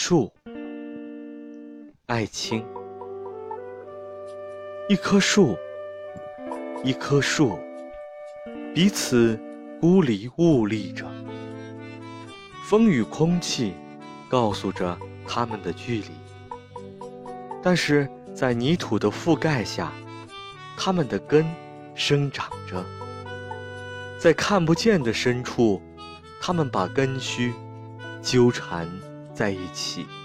树，艾青。一棵树，一棵树，彼此孤立兀立着。风与空气告诉着它们的距离，但是在泥土的覆盖下，它们的根生长着。在看不见的深处，它们把根须纠缠在一起。